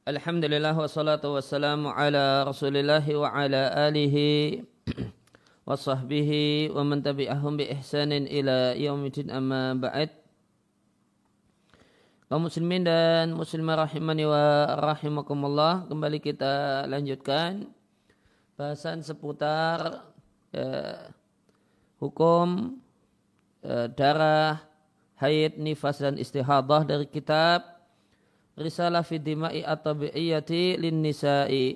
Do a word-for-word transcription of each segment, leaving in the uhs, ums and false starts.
Alhamdulillah wassalatu wassalamu ala rasulillah wa ala alihi wa sahbihi wa man tabi'ahum bi ihsanin ila yaumidin amma ba'd. Kaum muslimin dan muslimah rahimani wa rahimakumullah, kembali kita lanjutkan bahasan seputar eh, hukum eh, darah, haid, nifas dan istihadah dari kitab Risalah fi dima'i at-tabi'iyyati lin nisa'i.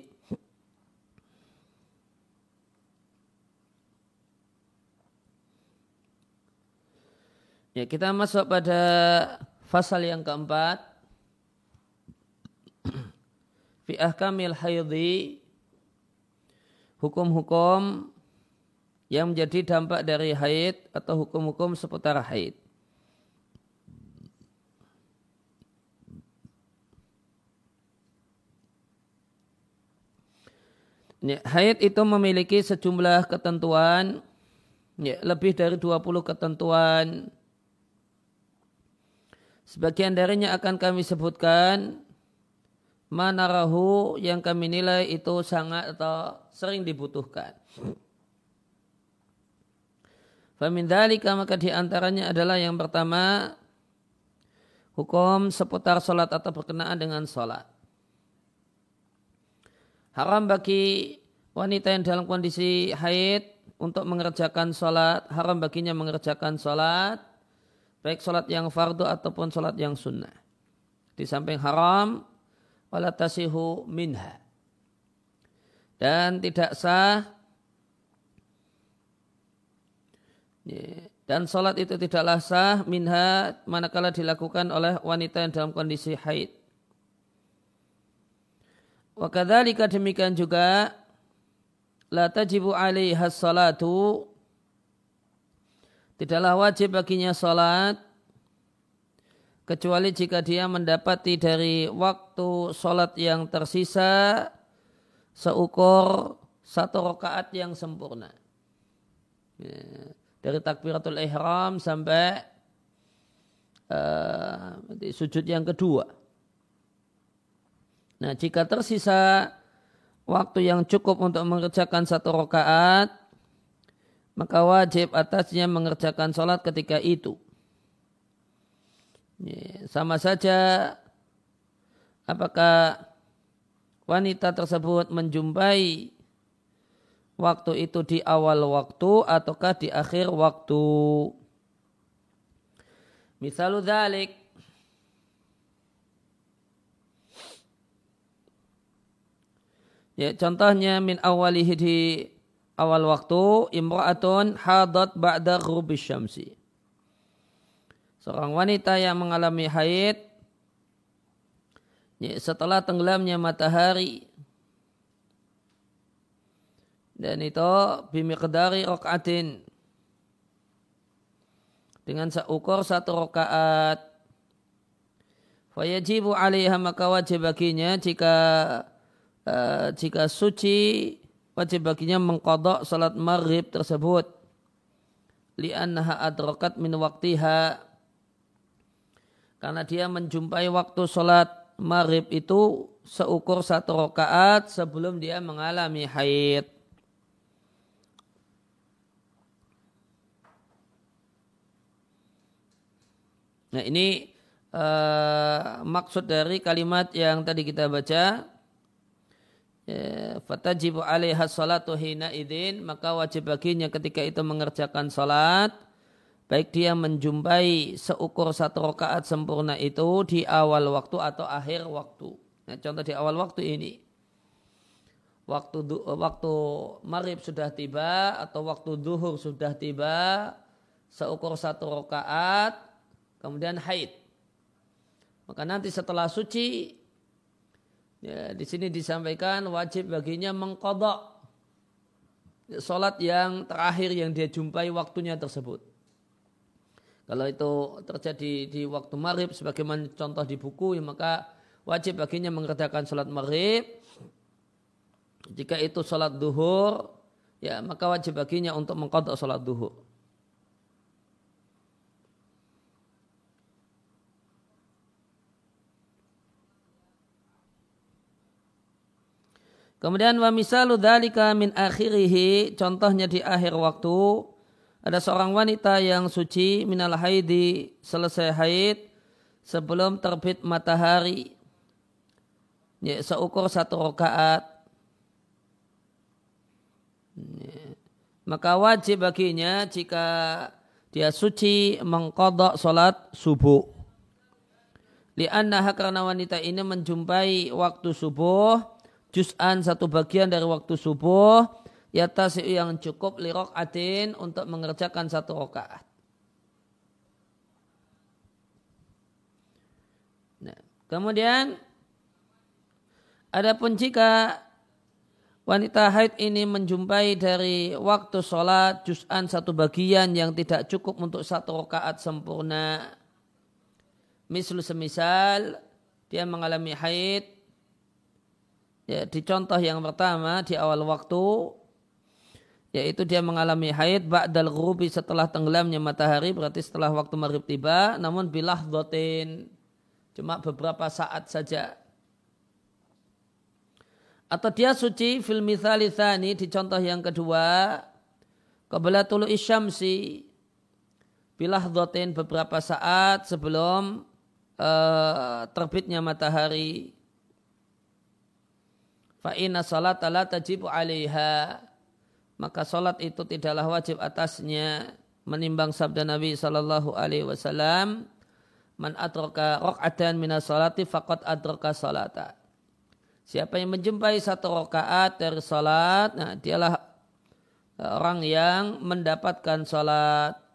Ya, kita masuk pada fasal yang keempat. Fi ahkamil haidhi, hukum-hukum yang menjadi dampak dari haid atau hukum-hukum seputar haid. Ya, haid itu memiliki sejumlah ketentuan, ya, lebih dari dua puluh ketentuan. Sebagian darinya akan kami sebutkan manarahu yang kami nilai itu sangat atau sering dibutuhkan. Famin dzalika, maka diantaranya adalah yang pertama hukum seputar sholat atau berkenaan dengan sholat. Haram bagi wanita yang dalam kondisi haid untuk mengerjakan sholat, haram baginya mengerjakan sholat, baik sholat yang fardu ataupun sholat yang sunnah. Di samping haram, wala tasihu minha. Dan tidak sah, dan sholat itu tidaklah sah minha manakala dilakukan oleh wanita yang dalam kondisi haid. Wa kadzalika, demikian juga la tajibu alaiha salatu, tidaklah wajib baginya salat kecuali jika dia mendapati dari waktu salat yang tersisa seukur satu rakaat yang sempurna. Ya, dari takbiratul ihram sampai uh, sujud yang kedua. Nah, jika tersisa waktu yang cukup untuk mengerjakan satu rakaat, maka wajib atasnya mengerjakan sholat ketika itu. Sama saja apakah wanita tersebut menjumpai waktu itu di awal waktu ataukah di akhir waktu. Misalu dzalik, ya, contohnya min awalihi, di awal waktu, imra'atun hadat ba'da ghurubis syamsi. Seorang wanita yang mengalami haid ya, setelah tenggelamnya matahari. Dan itu bimiqdari raka'atin, dengan seukur satu rakaat. Fayajibu 'alaiha, maka wajib baginya jika Uh, jika suci, wajib baginya mengqadha salat maghrib tersebut, li'annaha adrakat min waqtiha, karena dia menjumpai waktu salat maghrib itu seukur satu rakaat sebelum dia mengalami haid. Nah, ini uh, maksud dari kalimat yang tadi kita baca. Ya, fatajibu 'alaiha salatu hina idzin, maka wajib baginya ketika itu mengerjakan salat, baik dia menjumpai seukur satu rakaat sempurna itu di awal waktu atau akhir waktu. Nah, contoh di awal waktu ini, waktu waktu maghrib sudah tiba atau waktu zuhur sudah tiba, seukur satu rakaat, kemudian haid. Maka nanti setelah suci, ya, di sini disampaikan wajib baginya mengqadha salat yang terakhir yang dia jumpai waktunya tersebut. Kalau itu terjadi di waktu maghrib sebagaimana contoh di buku, ya, maka wajib baginya mengerjakan salat maghrib. Jika itu salat duhur, ya, maka wajib baginya untuk mengqadha salat duhur. Kemudian wa misalu dzalika min akhirih, contohnya di akhir waktu ada seorang wanita yang suci minal haidi, selesai haid sebelum terbit matahari, ya, seukur satu rakaat, maka wajib baginya jika dia suci mengqadha salat subuh. Li'annaha, karena wanita ini menjumpai waktu subuh, juz'an satu bagian dari waktu subuh, yatasi yang cukup li raq'atin untuk mengerjakan satu rakaat. Nah, kemudian adapun jika wanita haid ini menjumpai dari waktu sholat juz'an satu bagian yang tidak cukup untuk satu rakaat sempurna. Misal semisal dia mengalami haid, ya, di contoh yang pertama di awal waktu, yaitu dia mengalami haid ba'dal ghurubi, setelah tenggelamnya matahari, berarti setelah waktu maghrib tiba, namun bilahdotin, cuma beberapa saat saja. Atau dia suci fil mithali tsani, di contoh yang kedua, qabla tulu'i syamsi, bilahdotin, beberapa saat sebelum Uh, terbitnya matahari. Fa inna salata la tajibu 'alaiha, maka salat itu tidaklah wajib atasnya, menimbang sabda Nabi sallallahu alaihi wasallam, man adraka raq'atan minas salati faqad adraka salata. Siapa yang menjumpai satu rakaat dari salat, nah dialah orang yang mendapatkan salat.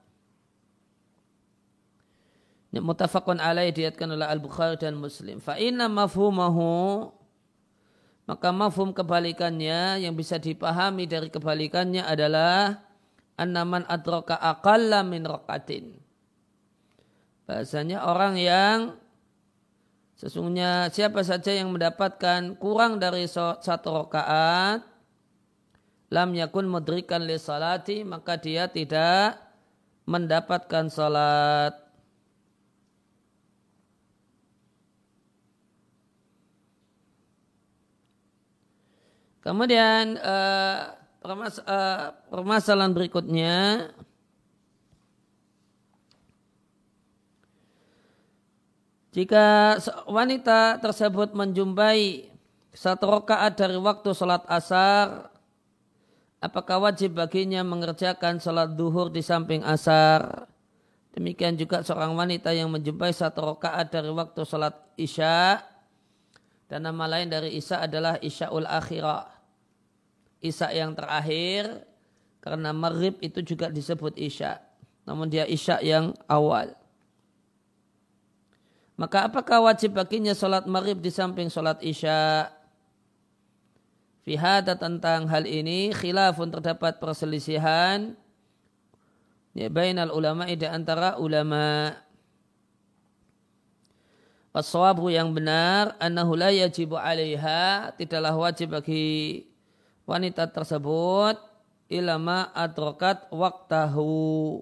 Muttafaqun alaih, diriwayatkan oleh Al-Bukhari dan Muslim. Fa inna mafhumahu, maka mafhum kebalikannya yang bisa dipahami dari kebalikannya adalah annaman adraka aqalla min raqatin. Bahasanya orang yang sesungguhnya siapa saja yang mendapatkan kurang dari satu rakaat, lam yakun mudrikan li salati, maka dia tidak mendapatkan salat. Kemudian uh, permas uh, permasalahan berikutnya, jika wanita tersebut menjumpai satu rakaat dari waktu salat asar, apakah wajib baginya mengerjakan salat duhur di samping asar? Demikian juga seorang wanita yang menjumpai satu rakaat dari waktu salat isya, dan nama lain dari isya adalah isya'ul akhirah, isya yang terakhir, karena maghrib itu juga disebut isya, namun dia isya yang awal. Maka apakah wajib baginya sholat maghrib di samping sholat isya? Fi hadza, tentang hal ini khilafun, terdapat perselisihan, ya, bainal ulama, di antara ulama. As-shawabu, yang benar, annahu la yajibu 'alaiha, tidaklah wajib bagi wanita tersebut ilama adrakat waqtahu,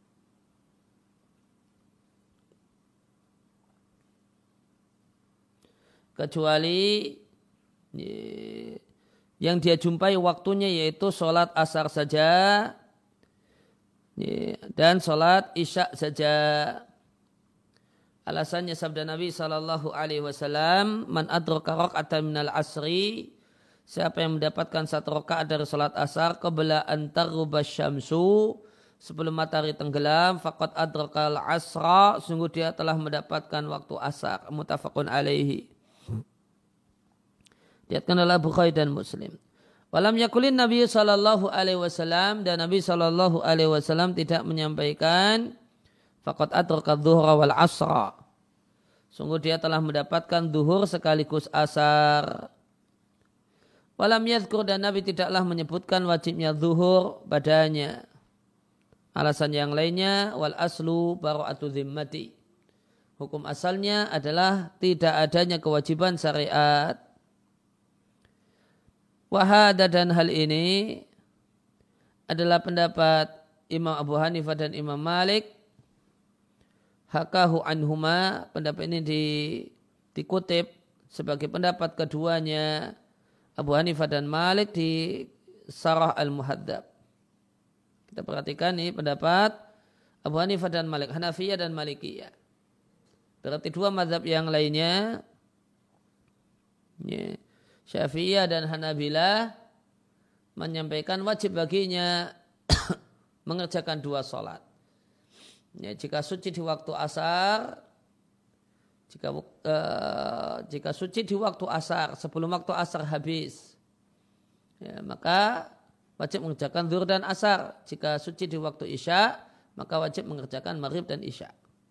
kecuali yang dia jumpai waktunya yaitu sholat asar saja dan sholat isya saja. Alasannya sabda Nabi sallallahu alaihi wasallam, man adraka raq'atan minal asri, siapa yang mendapatkan satu rakaat dari salat asar qabla an taghuba syamsu, sebelum matahari tenggelam, faqad adrakal asra, sungguh dia telah mendapatkan waktu asar. Muttafaqun alaihi, diriwayatkan oleh Bukhari dan Muslim. Walam yakulin Nabi sallallahu alaihi wasallam, dan Nabi sallallahu alaihi wasallam tidak menyampaikan faqad adraka dhuhra wal asra, sungguh dia telah mendapatkan duhur sekaligus asar. Walam yadhkur, dan Nabi tidaklah menyebutkan wajibnya zuhur padanya. Alasan yang lainnya, wal aslu bara'atu zimmati, hukum asalnya adalah tidak adanya kewajiban syariat. Wahada, dan hal ini adalah pendapat Imam Abu Hanifah dan Imam Malik. Hakahu anhuma, pendapat ini di, dikutip sebagai pendapat keduanya Abu Hanifah dan Malik di Sarah Al-Muhadzab. Kita perhatikan ini pendapat Abu Hanifah dan Malik, Hanafiyah dan Malikiyah. Berarti dua mazhab yang lainnya, ya, Syafi'iyah dan Hanabilah, menyampaikan wajib baginya mengerjakan dua sholat. Ya, jika suci di waktu asar, jika uh, jika suci di waktu asar sebelum waktu asar habis, ya, maka wajib mengerjakan zuhur dan asar. Jika suci di waktu isya, maka wajib mengerjakan maghrib dan isya.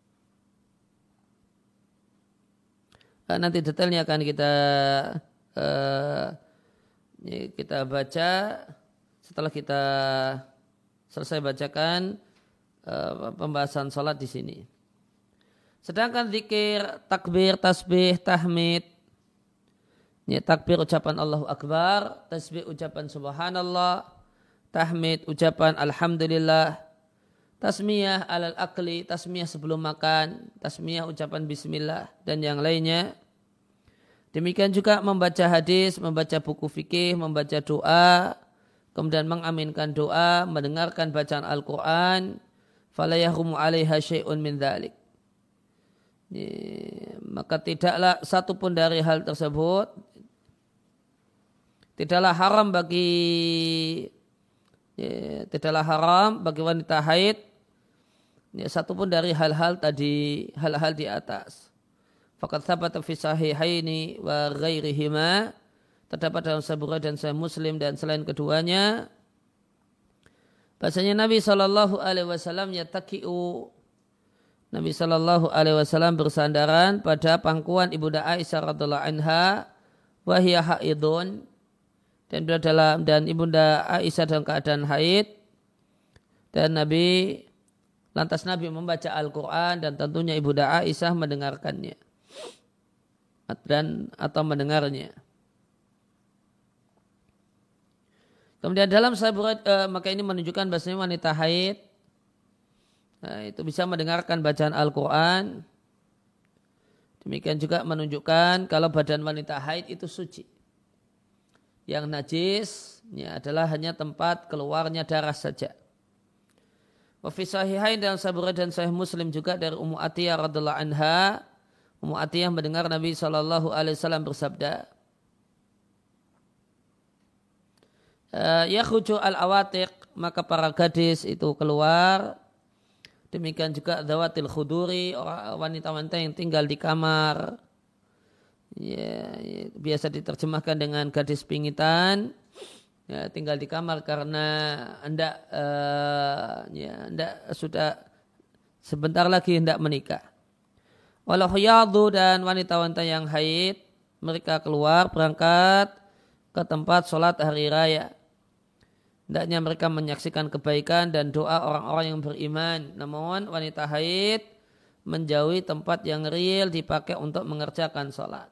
Uh, nanti detailnya akan kita uh, kita baca setelah kita selesai bacakan uh, pembahasan salat di sini. Sedangkan zikir, takbir, tasbih, tahmid, ya, takbir ucapan Allahu Akbar, tasbih ucapan Subhanallah, tahmid ucapan Alhamdulillah, tasmiyah alal akli, tasmiyah sebelum makan, tasmiyah ucapan Bismillah dan yang lainnya. Demikian juga membaca hadis, membaca buku fikih, membaca doa, kemudian mengaminkan doa, mendengarkan bacaan Al-Quran, fala yahrumu alaiha syai'un min dzalik. Maka tidaklah satu pun dari hal tersebut, tidaklah haram bagi ya, tidaklah haram bagi wanita haid ya, satu pun dari hal-hal tadi, hal-hal di atas. Faqad thabata fi sahihaini wa ghairihima, terdapat dalam Sahih Bukhari dan Sahih Muslim dan selain keduanya, bahasanya Nabi sallallahu alaihi wasallam yataki'u, Nabi sallallahu alaihi wasallam bersandaran pada pangkuan Ibunda Aisyah radhiyallahu anha, wa hiya haidun, dan dalam dan Ibunda Aisyah dalam keadaan haid, dan Nabi lantas Nabi membaca Al-Qur'an dan tentunya Ibunda Aisyah mendengarkannya dan atau mendengarnya. Kemudian dalam Sahih Bukhari, eh, maka ini menunjukkan bahasanya wanita haid nah, itu bisa mendengarkan bacaan Al-Quran. Demikian juga menunjukkan kalau badan wanita haid itu suci. Yang najis ya, adalah hanya tempat keluarnya darah saja. Wa fi sahihain dalam Sahih Bukhari dan Sahih Muslim juga dari Ummu Atiyah radhiyallahu anha, Ummu Atiyah mendengar Nabi sallallahu alaihi wasallam bersabda, yakhruju al-awatiq, maka para gadis itu keluar. Demikian juga dzawatil khuduri, wanita-wanita yang tinggal di kamar. Ya, ya, biasa diterjemahkan dengan gadis pingitan. Ya, tinggal di kamar karena hendak uh, ya, hendak sudah sebentar lagi hendak menikah. Walau huyadhu, dan wanita-wanita yang haid, mereka keluar berangkat ke tempat sholat hari raya. Hendaknya mereka menyaksikan kebaikan dan doa orang-orang yang beriman. Namun wanita haid menjauhi tempat yang real dipakai untuk mengerjakan sholat.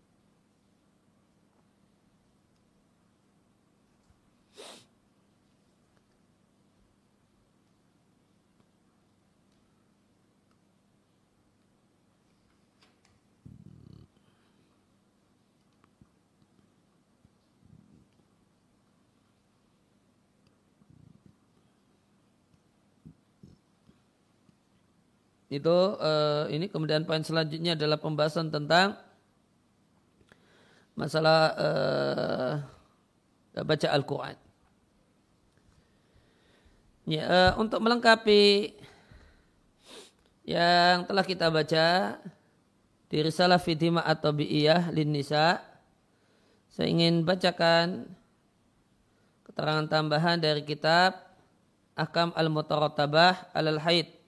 Itu uh, ini kemudian poin selanjutnya adalah pembahasan tentang masalah uh, baca Al-Quran. Ya, uh, untuk melengkapi yang telah kita baca di Risalah Fidima atau Bi'iyah Lin Nisa, saya ingin bacakan keterangan tambahan dari kitab Ahkam Al-Mutarattabah Alal Haid.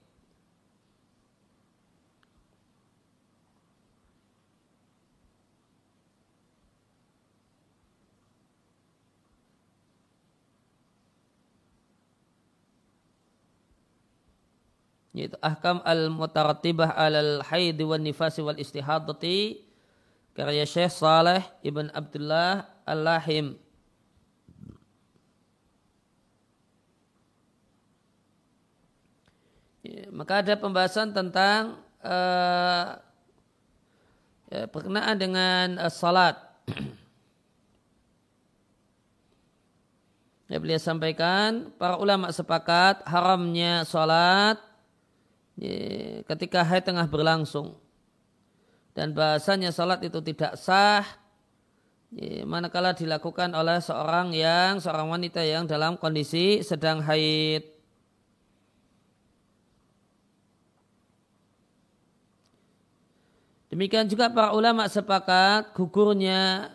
Yaitu Ahkam Al-Mutarattibah Alal Haid wal Nifasi wal Istihadati, karya Syekh Saleh Ibn Abdullah Al-Lahim. Ya, maka ada pembahasan tentang uh, ya, berkenaan dengan uh, salat. Ya, beliau sampaikan para ulama sepakat haramnya sholat ya, ketika haid tengah berlangsung dan bahasanya sholat itu tidak sah ya, manakala dilakukan oleh seorang yang seorang wanita yang dalam kondisi sedang haid. Demikian juga para ulama sepakat gugurnya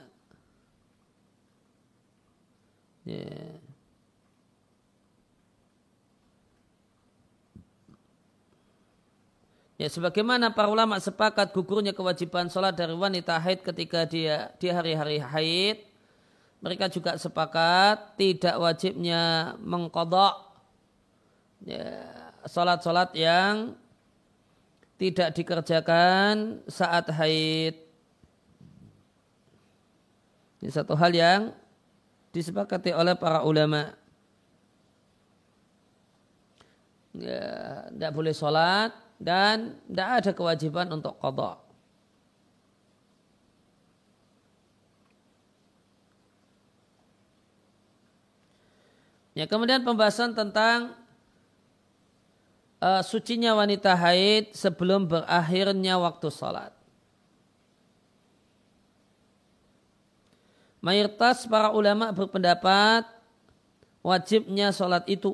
ya, ya sebagaimana para ulama sepakat gugurnya kewajiban sholat dari wanita haid ketika dia di hari-hari haid, mereka juga sepakat tidak wajibnya mengqadha ya, sholat-sholat yang tidak dikerjakan saat haid. Ini satu hal yang disepakati oleh para ulama. Ya, tidak boleh sholat dan tidak ada kewajiban untuk qadha. Ya, kemudian pembahasan tentang uh, sucinya wanita haid sebelum berakhirnya waktu sholat. Mayoritas para ulama berpendapat wajibnya sholat itu,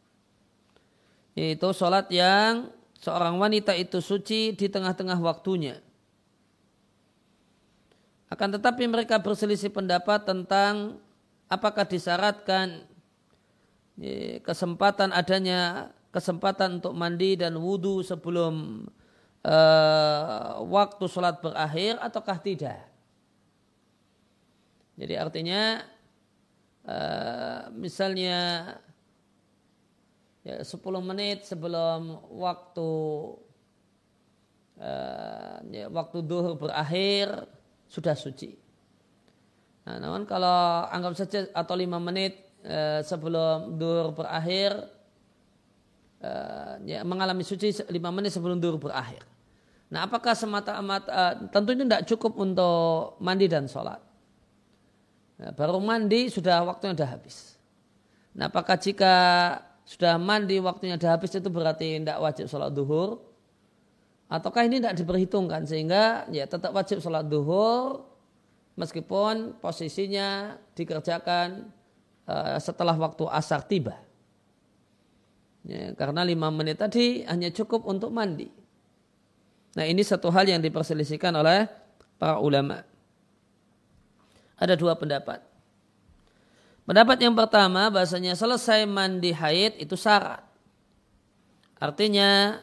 yaitu sholat yang seorang wanita itu suci di tengah-tengah waktunya. Akan tetapi mereka berselisih pendapat tentang apakah disyaratkan kesempatan adanya kesempatan untuk mandi dan wudu sebelum uh, waktu sholat berakhir ataukah tidak. Jadi artinya uh, misalnya ya, sepuluh menit sebelum waktu uh, ya, waktu duhur berakhir sudah suci. Nah, namun kalau anggap saja atau lima menit uh, sebelum duhur berakhir uh, ya, mengalami suci lima menit sebelum duhur berakhir. Nah, apakah semata-mata uh, tentu ini tidak cukup untuk mandi dan sholat. Nah, baru mandi sudah waktunya sudah habis. Nah, apakah jika sudah mandi waktunya sudah habis itu berarti tidak wajib sholat duhur? Ataukah ini tidak diperhitungkan sehingga ya tetap wajib sholat duhur meskipun posisinya dikerjakan uh, setelah waktu asar tiba? Ya, karena lima menit tadi hanya cukup untuk mandi. Nah, ini satu hal yang diperselisihkan oleh para ulama. Ada dua pendapat. Pendapat yang pertama bahasanya selesai mandi haid itu syarat. Artinya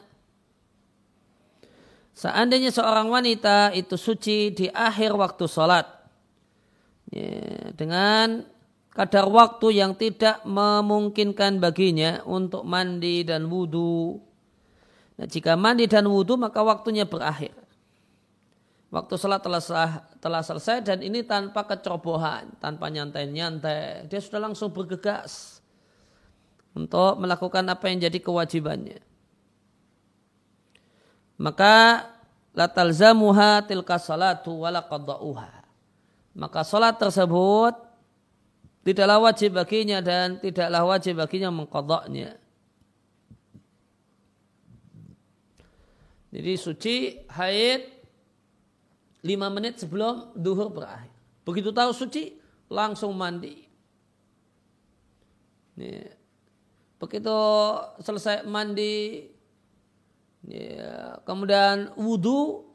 seandainya seorang wanita itu suci di akhir waktu sholat ya, dengan kadar waktu yang tidak memungkinkan baginya untuk mandi dan wudu. Nah, jika mandi dan wudu maka waktunya berakhir. Waktu sholat telah, telah selesai dan ini tanpa kecerobohan, tanpa nyantai-nyantai. Dia sudah langsung bergegas untuk melakukan apa yang jadi kewajibannya. Maka la talzamuha tilka salatu wala qada'uha. Maka sholat tersebut tidaklah wajib baginya dan tidaklah wajib baginya mengqada'nya. Jadi suci haid lima menit sebelum duhur berakhir. Begitu tahu suci, langsung mandi. Nih. Begitu selesai mandi, ya, kemudian wudu,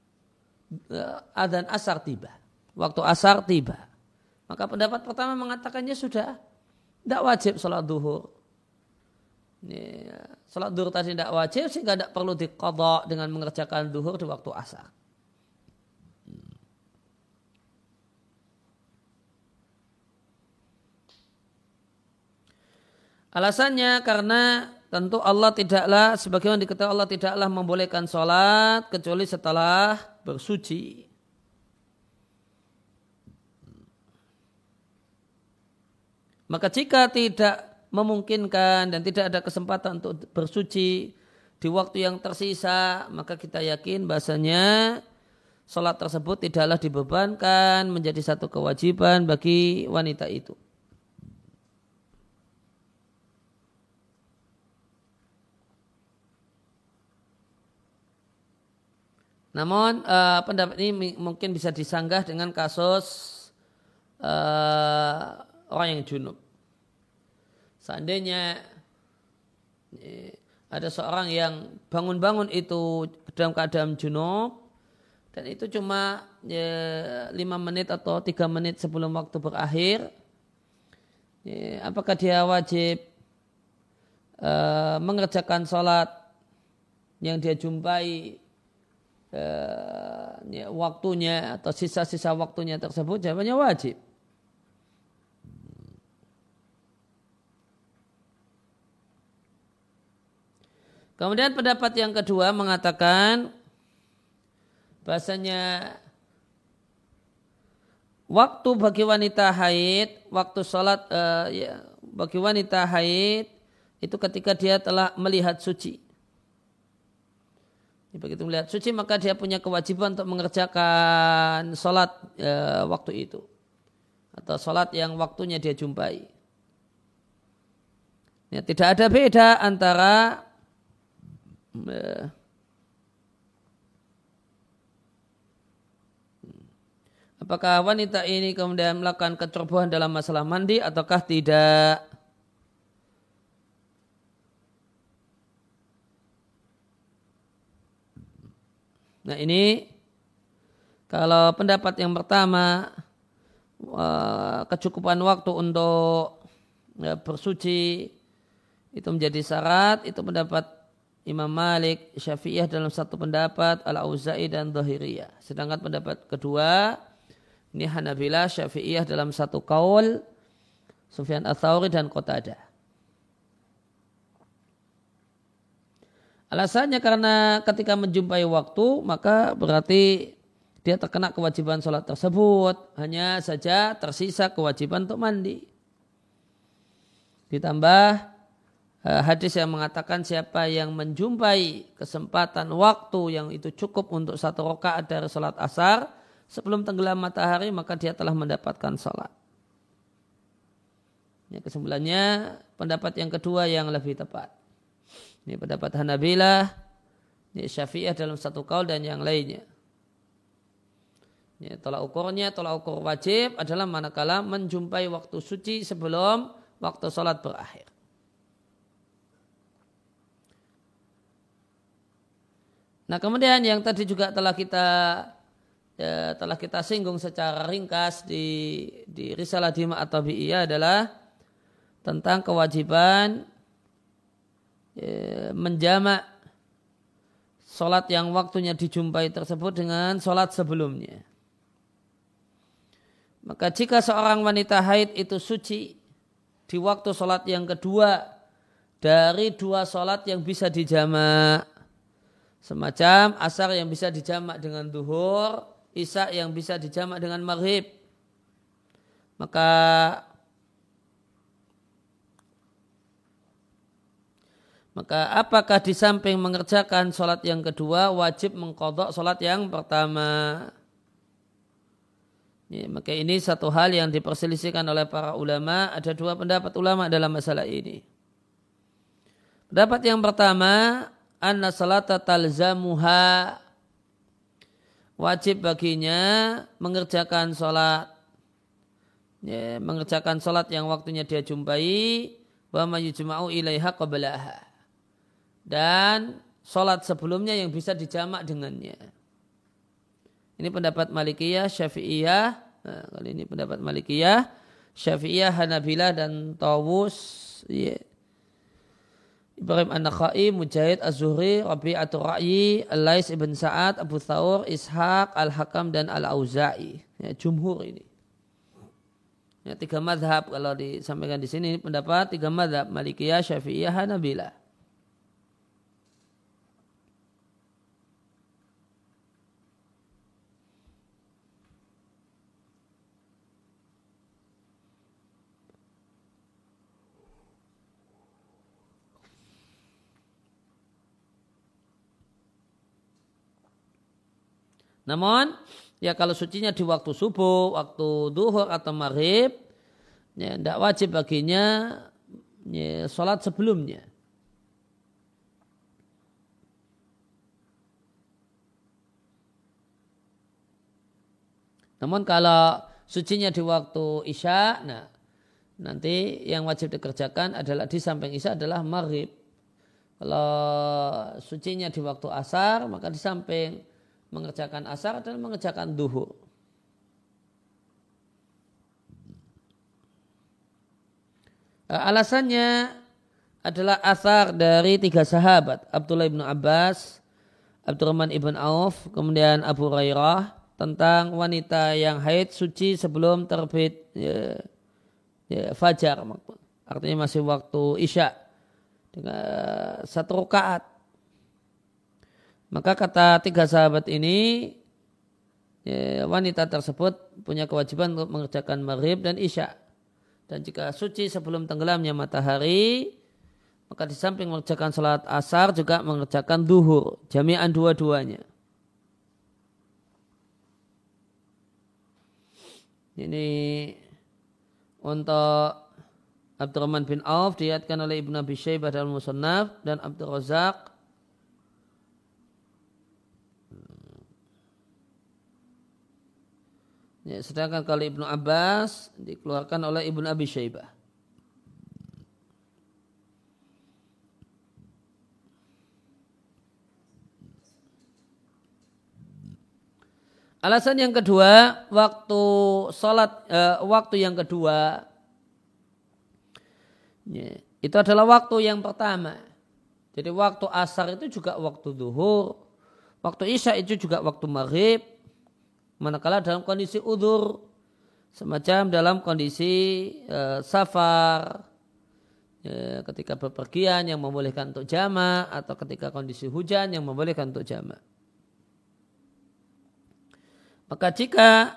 adzan asar tiba. Waktu asar tiba. Maka pendapat pertama mengatakannya sudah tidak wajib sholat duhur. Nih, sholat duhur tadi tidak wajib sehingga tidak perlu diqadha dengan mengerjakan duhur di waktu asar. Alasannya karena tentu Allah tidaklah, sebagaimana diketahui Allah tidaklah membolehkan sholat kecuali setelah bersuci. Maka jika tidak memungkinkan dan tidak ada kesempatan untuk bersuci di waktu yang tersisa, maka kita yakin bahasanya sholat tersebut tidaklah dibebankan menjadi satu kewajiban bagi wanita itu. Namun uh, pendapat ini mungkin bisa disanggah dengan kasus uh, orang yang junub. Seandainya ada seorang yang bangun-bangun itu dalam keadaan junub dan itu cuma ya, lima menit atau tiga menit sebelum waktu berakhir, ya, apakah dia wajib uh, mengerjakan sholat yang dia jumpai uh, ya, waktunya atau sisa-sisa waktunya tersebut? Jawabannya wajib. Kemudian pendapat yang kedua mengatakan bahasanya waktu bagi wanita haid, waktu sholat uh, ya, bagi wanita haid itu ketika dia telah melihat suci. Begitu melihat suci maka dia punya kewajiban untuk mengerjakan sholat uh, waktu itu atau sholat yang waktunya dia jumpai. Ya, tidak ada beda antara apakah wanita ini kemudian melakukan kecerobohan dalam masalah mandi ataukah tidak? Nah ini kalau pendapat yang pertama kecukupan waktu untuk bersuci itu menjadi syarat, itu pendapat Imam Malik, Syafi'iyah dalam satu pendapat, Al-Auza'i dan Dhahiriyah. Sedangkan pendapat kedua, ini Hanabilah, Syafi'iyah dalam satu kaul, Sufyan Ats-Tsauri dan Qatadah. Alasannya karena ketika menjumpai waktu, maka berarti dia terkena kewajiban sholat tersebut. Hanya saja tersisa kewajiban untuk mandi. Ditambah hadis yang mengatakan siapa yang menjumpai kesempatan waktu yang itu cukup untuk satu rakaat dari salat asar sebelum tenggelam matahari maka dia telah mendapatkan salat. Ya, kesimpulannya pendapat yang kedua yang lebih tepat. Ini pendapat Hanabilah, ini Syafi'iyah dalam satu kaul dan yang lainnya. Ya, tolak ukurnya, tolak ukur wajib adalah manakala menjumpai waktu suci sebelum waktu salat berakhir. Nah kemudian yang tadi juga telah kita ya, telah kita singgung secara ringkas di di Risalah Dima atau Bi'iyah adalah tentang kewajiban ya, menjamak sholat yang waktunya dijumpai tersebut dengan sholat sebelumnya. Maka jika seorang wanita haid itu suci di waktu sholat yang kedua dari dua sholat yang bisa dijamak, semacam asar yang bisa dijamak dengan duhur, isya yang bisa dijamak dengan maghrib. Maka maka apakah di samping mengerjakan sholat yang kedua wajib mengqadha sholat yang pertama? Ya, maka ini satu hal yang diperselisihkan oleh para ulama. Ada dua pendapat ulama dalam masalah ini. Pendapat yang pertama, anna salata talzamuha, wajib baginya mengerjakan sholat, ya, mengerjakan sholat yang waktunya dia jumpai, wa ma yujma'u ilaiha qablaha, dan sholat sebelumnya yang bisa dijamak dengannya. Ini pendapat Malikiyah, Syafi'iyah, nah, kali ini pendapat Malikiyah, Syafi'iyah, Hanabilah dan Tawus, ya. Ibrahim An-Nakhai, Mujahid, Az-Zuhri, Rabi'atul Ra'yi, Al-Lais ibn Sa'ad, Abu Thawr, Ishaq, Al-Hakam dan Al-Auza'i. Ya, jumhur ini. Ya, tiga madhab kalau disampaikan di sini pendapat tiga madhab, Malikiyah, Syafi'iyah, Hanabilah. Namun, ya kalau sucinya di waktu subuh, waktu duhur atau maghrib, ya tidak wajib baginya ya, sholat sebelumnya. Namun kalau sucinya di waktu Isya, nah nanti yang wajib dikerjakan adalah di samping Isya adalah maghrib. Kalau sucinya di waktu asar, maka di samping mengerjakan asar adalah mengerjakan duhur. Alasannya adalah asar dari tiga sahabat, Abdullah bin Abbas, Abdurrahman ibn Auf, kemudian Abu Hurairah, tentang wanita yang haid suci sebelum terbit ya, ya, fajar, artinya masih waktu Isya dengan satu rakaat. Maka kata tiga sahabat ini, ya, wanita tersebut punya kewajiban untuk mengerjakan maghrib dan Isya. Dan jika suci sebelum tenggelamnya matahari, maka di samping mengerjakan salat asar juga mengerjakan duhur, jami'an dua-duanya. Ini untuk Abdurrahman bin Auf diriwayatkan oleh Ibnu Abi Syaibah dalam Musannaf dan Abdul Razak ya, sedangkan kalau Ibnu Abbas dikeluarkan oleh Ibnu Abi Syaibah. Alasan yang kedua, waktu salat uh, waktu yang kedua ya, itu adalah waktu yang pertama. Jadi waktu asar itu juga waktu zuhur, waktu isya itu juga waktu maghrib, manakala dalam kondisi udzur, semacam dalam kondisi uh, safar, ya, ketika bepergian yang membolehkan untuk jamak, atau ketika kondisi hujan yang membolehkan untuk jamak. Maka jika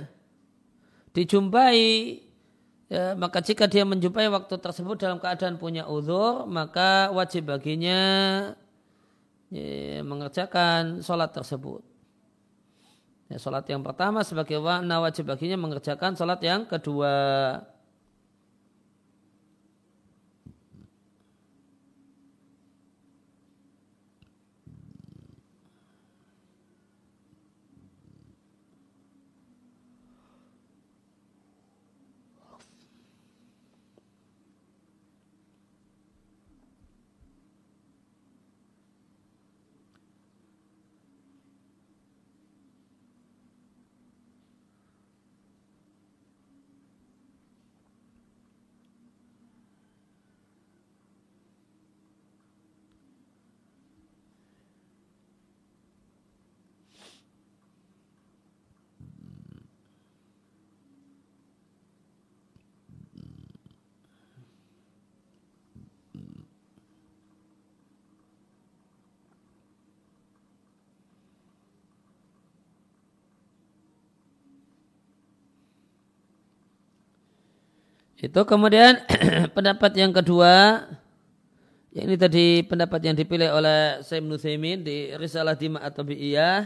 dijumpai, ya, maka jika dia menjumpai waktu tersebut dalam keadaan punya uzur, maka wajib baginya ya, mengerjakan sholat tersebut. Ya, sholat yang pertama sebagai warna wajib baginya mengerjakan sholat yang kedua. Itu kemudian pendapat yang kedua, ya ini tadi pendapat yang dipilih oleh Syekh Ibnu Utsaimin di Risalah Dima' at-Tabi'iyah.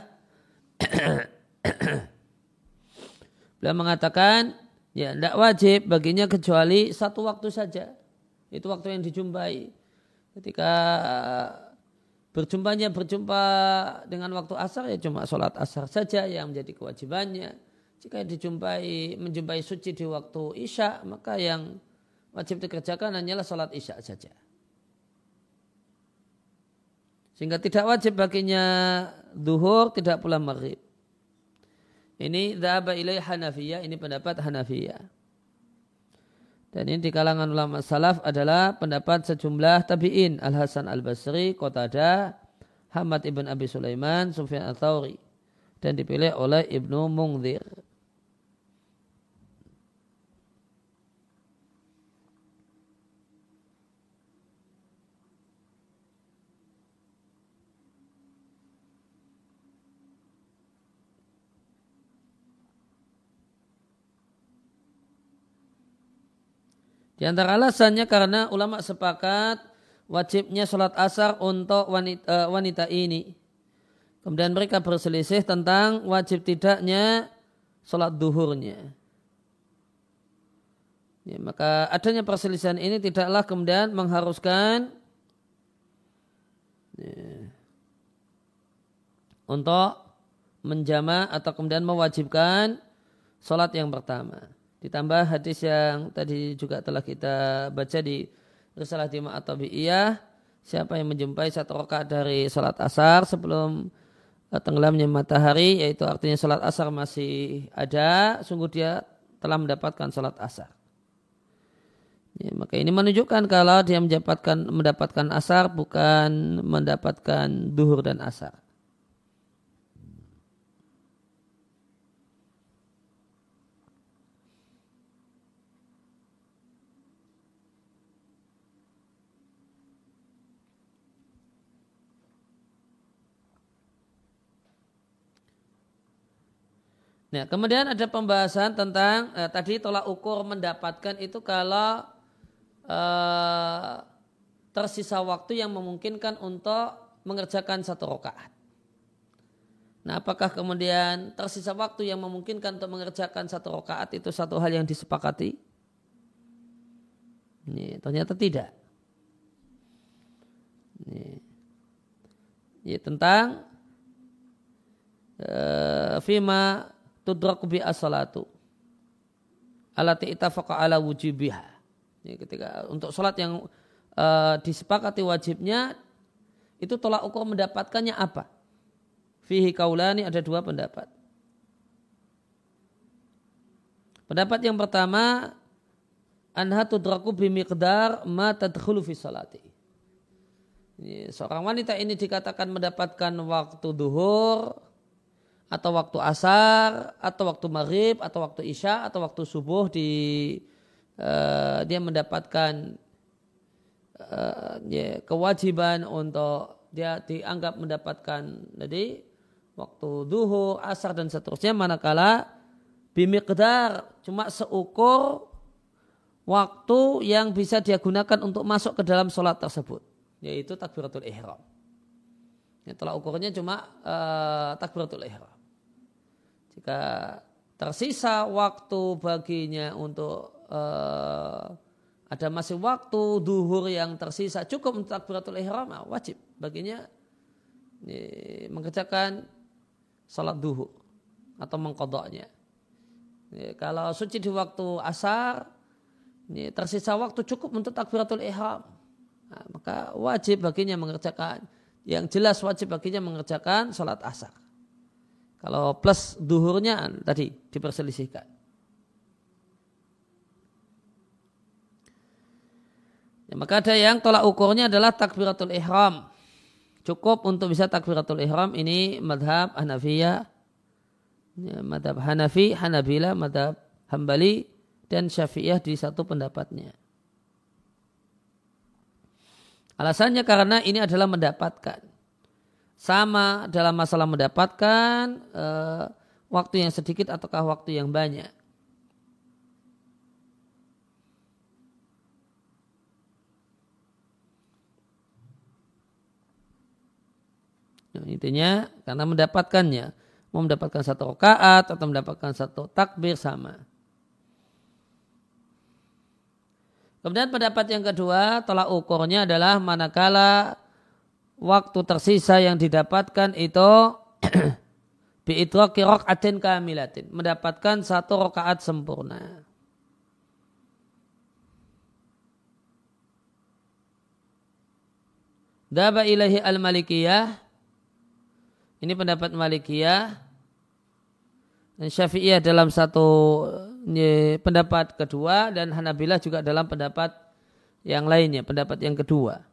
Beliau mengatakan, ya tidak wajib baginya kecuali satu waktu saja. Itu waktu yang dijumpai. Ketika berjumpanya berjumpa dengan waktu asar, ya cuma sholat asar saja yang menjadi kewajibannya. Jika dijumpai menjumpai suci di waktu Isya, maka yang wajib dikerjakan hanyalah sholat Isya saja. Sehingga tidak wajib baginya zuhur, tidak pula maghrib. Ini dhahaba ilai Hanafiyah, ini pendapat Hanafiyah. Dan ini di kalangan ulama salaf adalah pendapat sejumlah tabi'in, Al-Hasan Al-Basri, Qatadah, Hamad ibn Abi Sulaiman, Sufyan Ats-Tsauri, dan dipilih oleh Ibnu Munzir. Di antara alasannya karena ulama sepakat wajibnya sholat asar untuk wanita, wanita ini. Kemudian mereka berselisih tentang wajib tidaknya sholat duhurnya. Ya, maka adanya perselisihan ini tidaklah kemudian mengharuskan ya, untuk menjama atau kemudian mewajibkan salat yang pertama. Ditambah hadis yang tadi juga telah kita baca di Risalah Dima atau Bi'iyah, siapa yang menjumpai satu rakaat dari salat asar sebelum tenggelamnya matahari, yaitu artinya salat asar masih ada, sungguh dia telah mendapatkan salat asar. Ya, maka ini menunjukkan kalau dia mendapatkan mendapatkan asar bukan mendapatkan duhur dan asar. Nah, kemudian ada pembahasan tentang eh, tadi tolak ukur mendapatkan itu kalau eh, tersisa waktu yang memungkinkan untuk mengerjakan satu rakaat. Nah, apakah kemudian tersisa waktu yang memungkinkan untuk mengerjakan satu rakaat itu satu hal yang disepakati? Ini ternyata tidak. Ini, ini tentang uh, fima tudraku bi as-salatu alati ittafaqa ala wujubiha. Ini ketika untuk salat yang uh, disepakati wajibnya itu tolak ukur mendapatkannya apa? Fihi kaulani, ada dua pendapat. Pendapat yang pertama, anha tudraku bi miqdar ma tadkhulu fi salati. Seorang wanita ini dikatakan mendapatkan waktu duhur atau waktu asar atau waktu maghrib atau waktu isya atau waktu subuh di uh, dia mendapatkan uh, ya, kewajiban untuk dia dianggap mendapatkan jadi waktu duhur, asar dan seterusnya, manakala bimiqdar cuma seukur waktu yang bisa dia gunakan untuk masuk ke dalam sholat tersebut, yaitu takbiratul ihram. Ya, tolak ukurnya cuma uh, takbiratul ihram. Jika tersisa waktu baginya untuk uh, ada masih waktu duhur yang tersisa cukup untuk takbiratul ihram, wajib baginya ya, mengerjakan salat duhur atau mengqadha'nya. Ya, kalau suci di waktu asar, ya, tersisa waktu cukup untuk takbiratul ihram, nah, maka wajib baginya mengerjakan, yang jelas wajib baginya mengerjakan salat asar. Kalau plus duhurnya tadi diperselisihkan. Ya, maka ada yang tolak ukurnya adalah takbiratul ihram. Cukup untuk bisa takbiratul ihram, ini madhab Hanafiyah, ya, madhab Hanafi, Hanabila, madhab Hambali dan Syafi'iyah di satu pendapatnya. Alasannya karena ini adalah mendapatkan. Sama dalam masalah mendapatkan uh, waktu yang sedikit ataukah waktu yang banyak. Nah, intinya karena mendapatkannya, mau mendapatkan satu rakaat atau mendapatkan satu takbir sama. Kemudian pendapat yang kedua, tolak ukurnya adalah manakala waktu tersisa yang didapatkan itu bi'idraki raka'atin kamilatin, mendapatkan satu rakaat sempurna. Daba ilahi al-malikiyah, ini pendapat Malikiyah, dan Syafi'iyah dalam satu ini, pendapat kedua, dan Hanabilah juga dalam pendapat yang lainnya, pendapat yang kedua.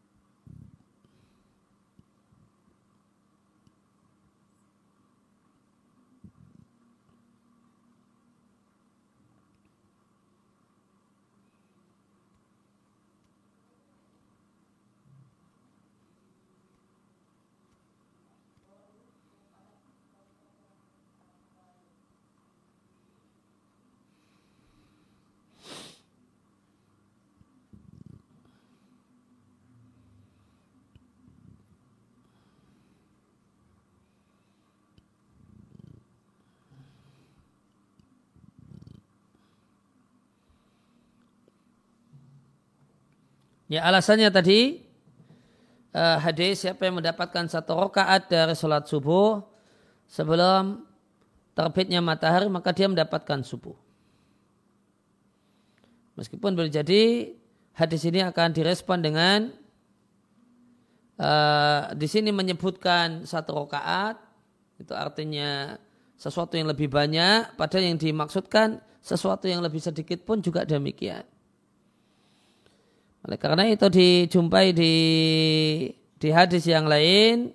Ya, alasannya tadi uh, hadis siapa yang mendapatkan satu rakaat dari sholat subuh sebelum terbitnya matahari maka dia mendapatkan subuh. Meskipun boleh jadi hadis ini akan direspon dengan uh, di sini menyebutkan satu rakaat, itu artinya sesuatu yang lebih banyak, padahal yang dimaksudkan sesuatu yang lebih sedikit pun juga demikian. Oleh karena itu dijumpai di di hadis yang lain,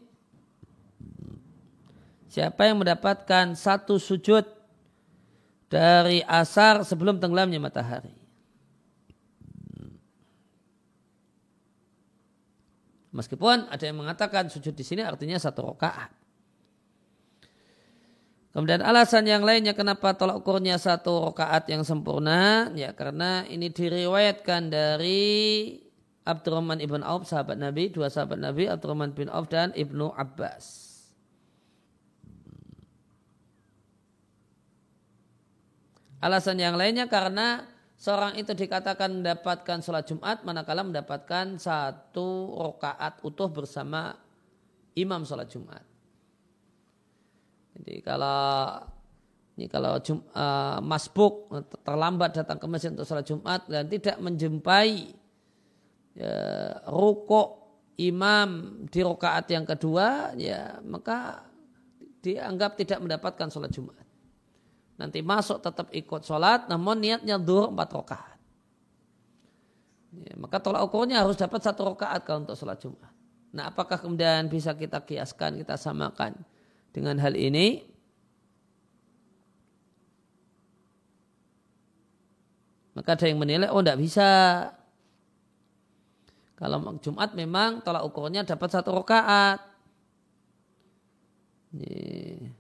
siapa yang mendapatkan satu sujud dari asar sebelum tenggelamnya matahari. Meskipun ada yang mengatakan sujud di sini artinya satu rakaat. Kemudian alasan yang lainnya kenapa tolak ukurnya satu rakaat yang sempurna, ya karena ini diriwayatkan dari Abdurrahman ibn Auf, sahabat Nabi, dua sahabat Nabi, Abdurrahman bin Auf dan Ibnu Abbas. Alasan yang lainnya karena seorang itu dikatakan mendapatkan sholat Jumat manakala mendapatkan satu rakaat utuh bersama imam sholat Jumat. Jadi kalau ini kalau Jum, uh, masbuk terlambat datang ke masjid untuk sholat Jumat dan tidak menjumpai ya, rukuk imam di rakaat yang kedua, ya maka dianggap tidak mendapatkan sholat Jumat. Nanti masuk tetap ikut sholat, namun niatnya zuhur empat rakaat. Ya, maka tolak ukurnya harus dapat satu rakaat kalau untuk sholat Jumat. Nah, apakah kemudian bisa kita kiaskan, kita samakan dengan hal ini? Maka ada yang menilai, oh tidak bisa. Kalau Jumat memang tolak ukurnya dapat satu rakaat. Ya.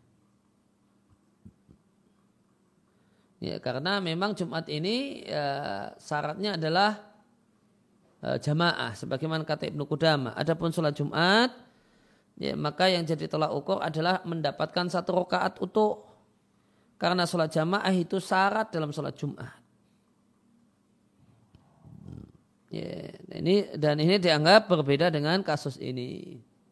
Ya, karena memang Jumat ini ya, syaratnya adalah uh, jamaah, sebagaimana kata Ibnu Qudamah. Adapun sholat Jumat, ya, maka yang jadi tolak ukur adalah mendapatkan satu rakaat utuh. Karena sholat jamaah itu syarat dalam sholat Jumat. Ya, ini dan ini dianggap berbeda dengan kasus ini.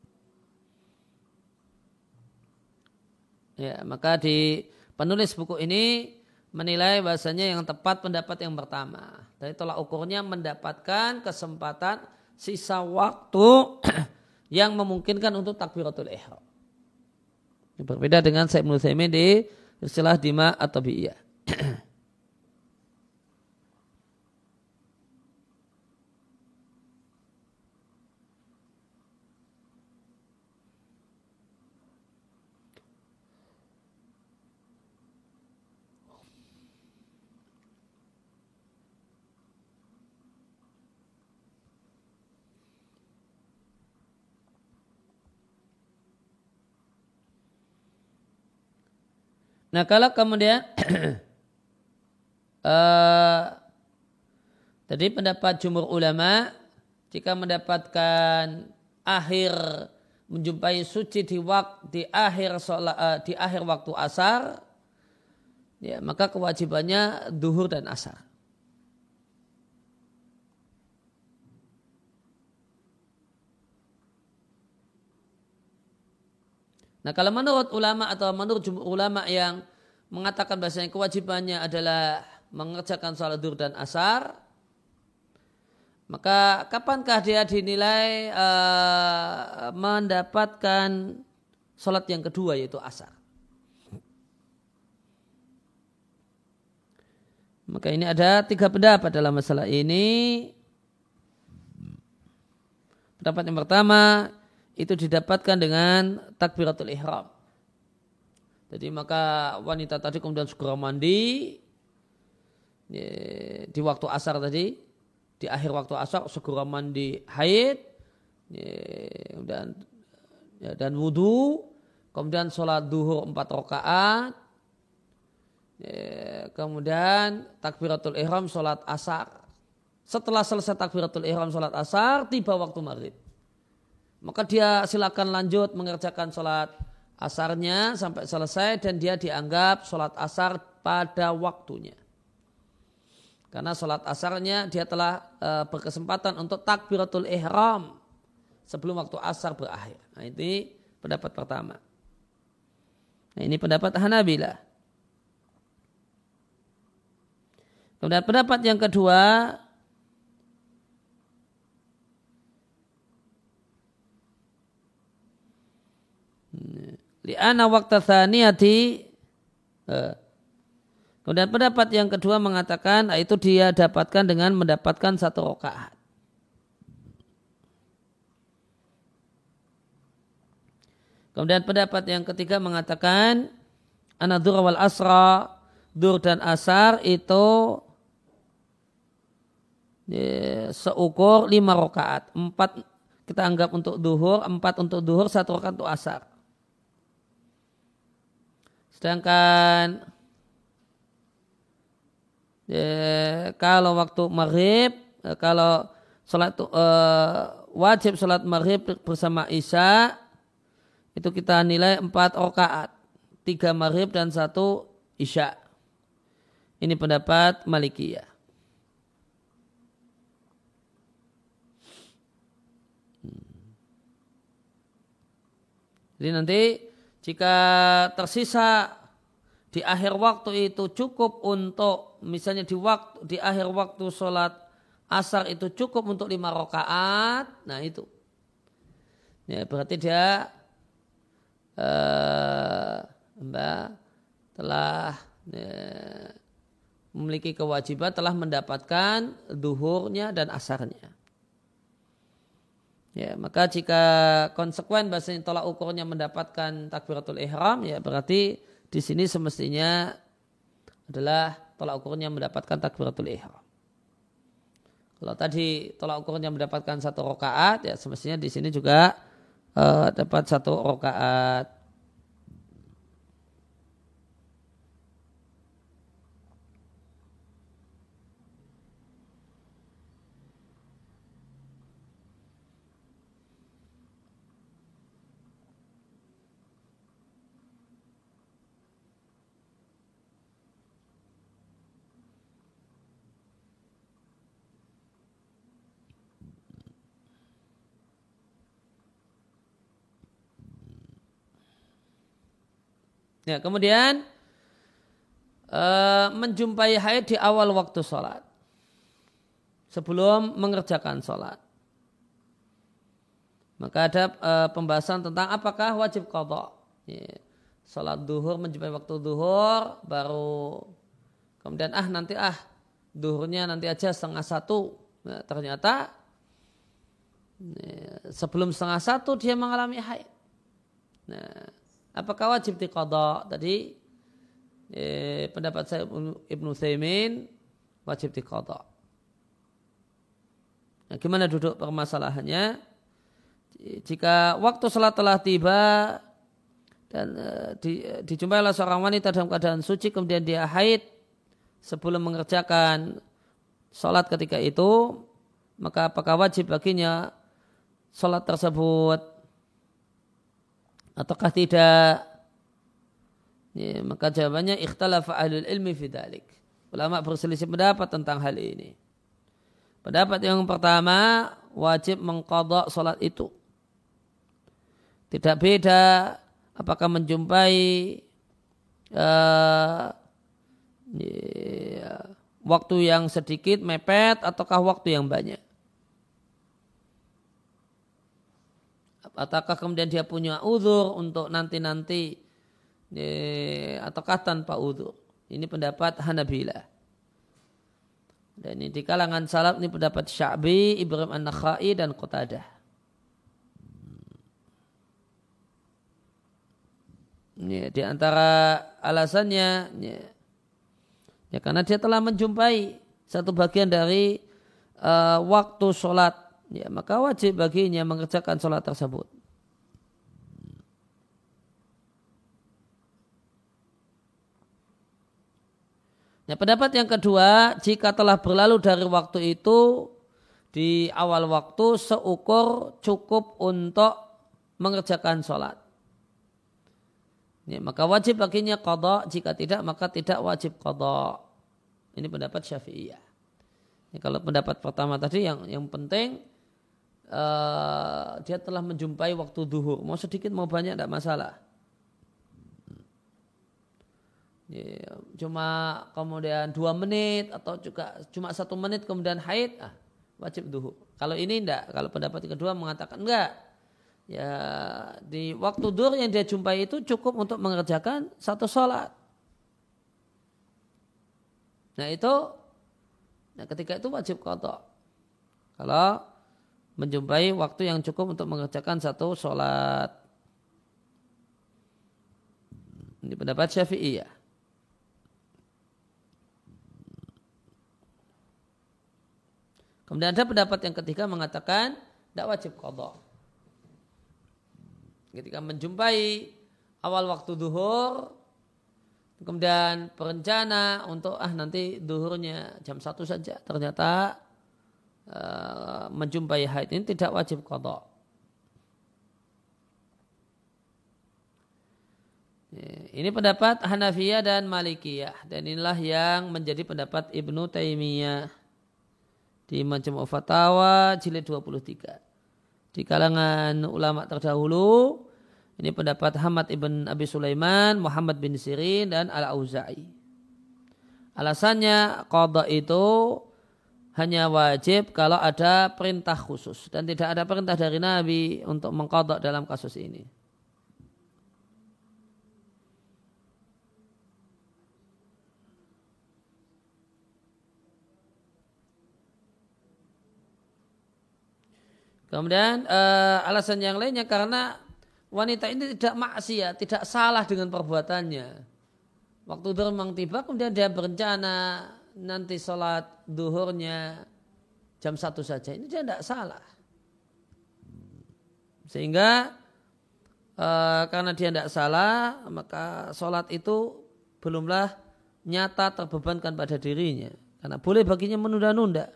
Ya, maka di penulis buku ini menilai bahasanya yang tepat pendapat yang pertama. Dari tolak ukurnya mendapatkan kesempatan sisa waktu yang memungkinkan untuk takbiratul ihram. Berbeda dengan Syekh Ibnu Utsaimin di istilah dima atau bi'iyah. Nah kalau kemudian uh, tadi pendapat jumhur ulama jika mendapatkan akhir menjumpai suci di waktu di akhir sholat, uh, di akhir waktu asar, ya maka kewajibannya duhur dan asar. Nah kalau menurut ulama atau menurut jumhur ulama yang mengatakan bahasanya kewajibannya adalah mengerjakan salat duhur dan asar, maka kapankah dia dinilai uh, mendapatkan salat yang kedua yaitu asar? Maka ini ada tiga pendapat dalam masalah ini. Pendapat yang pertama itu didapatkan dengan takbiratul ihram. Jadi maka wanita tadi kemudian segera mandi ya, di waktu asar tadi, di akhir waktu asar segera mandi haid ya, dan ya, dan wudu, kemudian sholat duhur empat rakaat, ya, kemudian takbiratul ihram sholat asar. Setelah selesai takbiratul ihram sholat asar, tiba waktu maghrib. Maka dia silakan lanjut mengerjakan sholat asarnya sampai selesai dan dia dianggap sholat asar pada waktunya. Karena sholat asarnya dia telah e, berkesempatan untuk takbiratul ihram sebelum waktu asar berakhir. Nah ini pendapat pertama. Nah, ini pendapat Hanabilah. Kemudian pendapat yang kedua, li'ana waqta tsaniyati. Kemudian pendapat yang kedua mengatakan itu dia dapatkan dengan mendapatkan satu rakaat. Kemudian pendapat yang ketiga mengatakan an-dhuhr wal asra, dhuhr dan asar itu ya, seukur lima rakaat. Empat kita anggap untuk duhur, empat untuk duhur, satu rakaat untuk asar. Sedangkan ya, kalau waktu maghrib, kalau sholat uh, wajib sholat maghrib bersama isya, itu kita nilai empat rakaat, tiga maghrib dan satu isya. Ini pendapat Malikiyah. Jadi nanti jika tersisa di akhir waktu itu cukup untuk, misalnya di waktu di akhir waktu sholat asar itu cukup untuk lima rakaat, nah itu, ya berarti dia uh, mbak telah ya, memiliki kewajiban, telah mendapatkan duhurnya dan asarnya. Ya, maka jika konsekuen bahasanya tolak ukurnya mendapatkan takbiratul ihram, ya berarti di sini semestinya adalah tolak ukurnya mendapatkan takbiratul ihram. Kalau tadi tolak ukurnya mendapatkan satu rakaat, ya semestinya di sini juga uh, dapat satu rakaat. Ya, kemudian uh, menjumpai haid di awal waktu sholat, sebelum mengerjakan sholat. Maka ada uh, pembahasan tentang apakah wajib qadha. Ya, sholat duhur menjumpai waktu duhur, baru kemudian ah nanti ah duhurnya nanti aja setengah satu. Nah, ternyata ya, sebelum setengah satu dia mengalami haid. Nah, apakah wajib diqadha? Tadi eh, pendapat saya Ibnu Utsaimin wajib diqadha. Nah, gimana duduk permasalahannya? Jika waktu salat telah tiba dan eh, di, dijumpai oleh seorang wanita dalam keadaan suci, kemudian dia haid sebelum mengerjakan salat ketika itu, maka apakah wajib baginya salat tersebut ataukah tidak? Ya, maka jawabannya ikhtalafa ahlul ilmi fi dzalik. Ulama berselisih pendapat tentang hal ini. Pendapat yang pertama, wajib mengqadha salat itu. Tidak beda apakah menjumpai uh, ya, waktu yang sedikit mepet ataukah waktu yang banyak. Ataukah kemudian dia punya uzur untuk nanti-nanti ya, ataukah tanpa uzur. Ini pendapat Hanabilah. Dan ini di kalangan salaf ini pendapat Sya'bi, Ibrahim An-Nakhai dan Qatadah. Ya, di antara alasannya ya, ya karena dia telah menjumpai satu bagian dari uh, waktu sholat, ya, maka wajib baginya mengerjakan sholat tersebut. Ya, pendapat yang kedua, jika telah berlalu dari waktu itu di awal waktu seukur cukup untuk mengerjakan sholat. Ya, maka wajib baginya qadha, jika tidak maka tidak wajib qadha. Ini pendapat Syafi'iyah. Ya, kalau pendapat pertama tadi yang yang penting uh, dia telah menjumpai waktu duhur. Mau sedikit mau banyak tidak masalah. ya, cuma kemudian dua menit atau juga cuma satu menit kemudian haid, ah, wajib duhur. Kalau ini enggak, kalau pendapat yang kedua mengatakan enggak. Ya, di waktu duhur yang dia jumpai itu cukup untuk mengerjakan satu sholat. Nah itu, nah ketika itu wajib qadha. Kalau menjumpai waktu yang cukup untuk mengerjakan satu sholat. Ini pendapat Syafi'i ya. Kemudian ada pendapat yang ketiga mengatakan tidak wajib qadha. Ketika menjumpai awal waktu duhur, kemudian berencana untuk ah nanti duhurnya jam satu saja, ternyata uh, menjumpai haid, ini tidak wajib qadha. Ini pendapat Hanafiyah dan Malikiyah, dan inilah yang menjadi pendapat Ibnu Taimiyah di Majmu' Fatawa jilid dua puluh tiga. Di kalangan ulama terdahulu, ini pendapat Hamad ibn Abi Sulaiman, Muhammad bin Sirin, dan Al-Auza'i. Alasannya qadha itu hanya wajib kalau ada perintah khusus, dan tidak ada perintah dari Nabi untuk mengqadha dalam kasus ini. Kemudian uh, alasan yang lainnya karena wanita ini tidak maksiat, tidak salah dengan perbuatannya. Waktu duhur memang tiba, kemudian dia berencana nanti sholat duhurnya jam satu saja. Ini dia tidak salah. Sehingga uh, karena dia tidak salah, maka sholat itu belumlah nyata terbebankan pada dirinya. Karena boleh baginya menunda-nunda.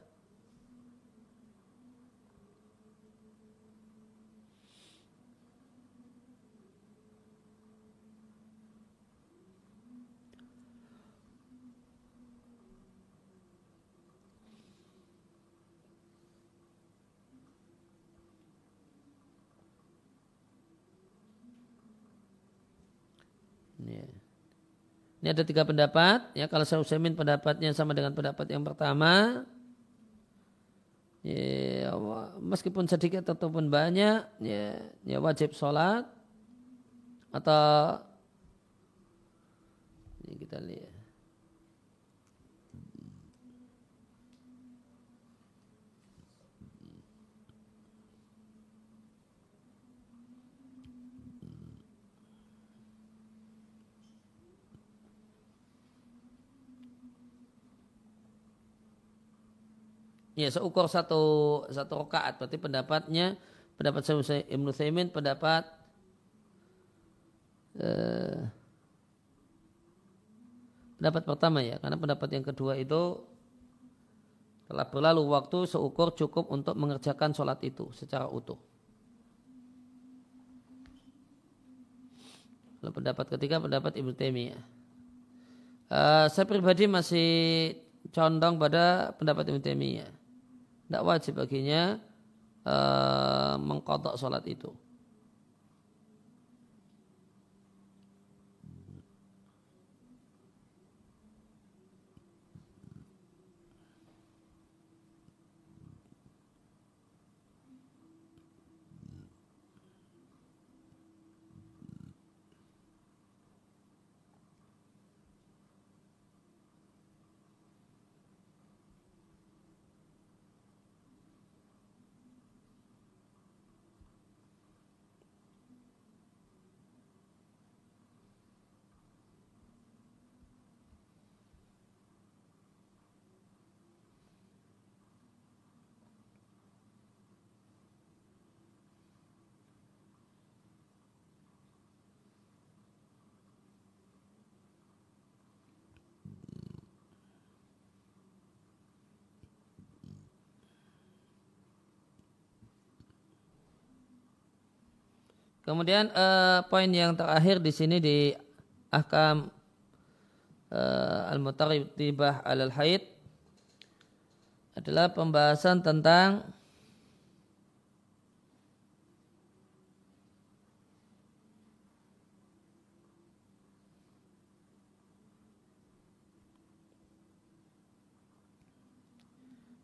Ini ada tiga pendapat. Ya, kalau Syekh Utsaimin pendapatnya sama dengan pendapat yang pertama. Ya, meskipun sedikit ataupun banyak, ya, ya wajib sholat. Atau ini kita lihat. Ya, seukur satu satu rakaat, berarti pendapatnya pendapat Syekh Ibnu Utsaimin pendapat eh, pendapat pertama ya, karena pendapat yang kedua itu telah berlalu waktu seukur cukup untuk mengerjakan sholat itu secara utuh. Lalu pendapat ketiga pendapat Ibnu Taimiyah. Uh, saya pribadi masih condong pada pendapat Ibnu Taimiyah. Tidak wajib baginya uh, mengqadha sholat itu. Kemudian uh, poin yang terakhir di sini di ahkam uh, al-mutaratibah alal haid adalah pembahasan tentang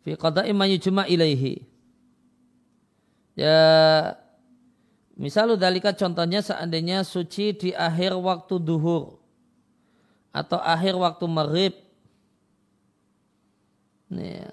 fi qada'i ma yujma' ilaihi. Ya, misalnya dalika contohnya seandainya suci di akhir waktu duhur atau akhir waktu maghrib. Ya.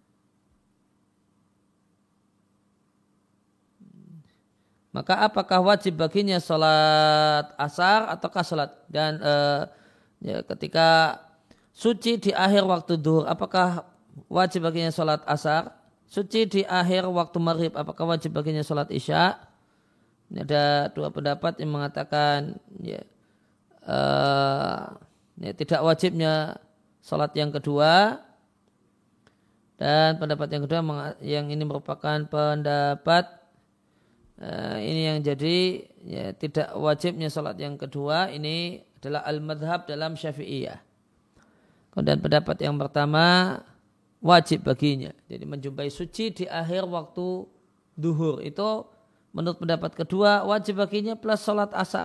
Maka apakah wajib baginya sholat asar ataukah sholat dan uh, ya, ketika suci di akhir waktu duhur apakah wajib baginya sholat asar? Suci di akhir waktu maghrib apakah wajib baginya sholat isya? Ini ada dua pendapat yang mengatakan ya, uh, ya, tidak wajibnya sholat yang kedua, dan pendapat yang kedua yang ini merupakan pendapat Uh, ini yang jadi ya, tidak wajibnya salat yang kedua ini adalah al-madhab dalam Syafi'iyah. Kemudian pendapat yang pertama wajib baginya. Jadi menjumpai suci di akhir waktu duhur itu menurut pendapat kedua wajib baginya plus salat asar.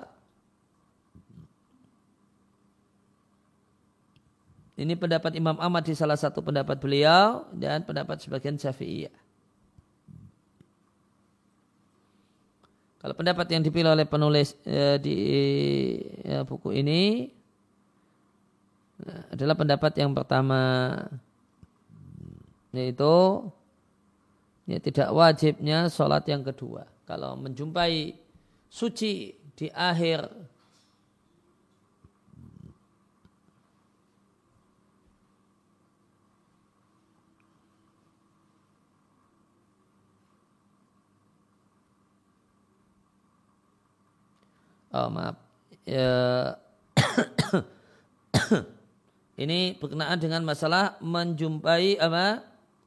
Ini pendapat Imam Ahmad di salah satu pendapat beliau dan pendapat sebagian Syafi'iyah. Kalau pendapat yang dipilih oleh penulis eh, di ya, buku ini nah, adalah pendapat yang pertama, yaitu ya, tidak wajibnya sholat yang kedua. Kalau menjumpai suci di akhir Oh maaf, ya, ini berkenaan dengan masalah menjumpai apa?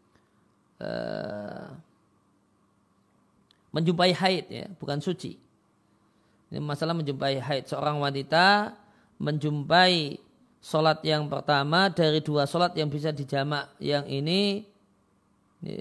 Uh, menjumpai haid ya, bukan suci. Ini masalah menjumpai haid. Seorang wanita menjumpai sholat yang pertama dari dua sholat yang bisa dijamak. Yang ini, ini,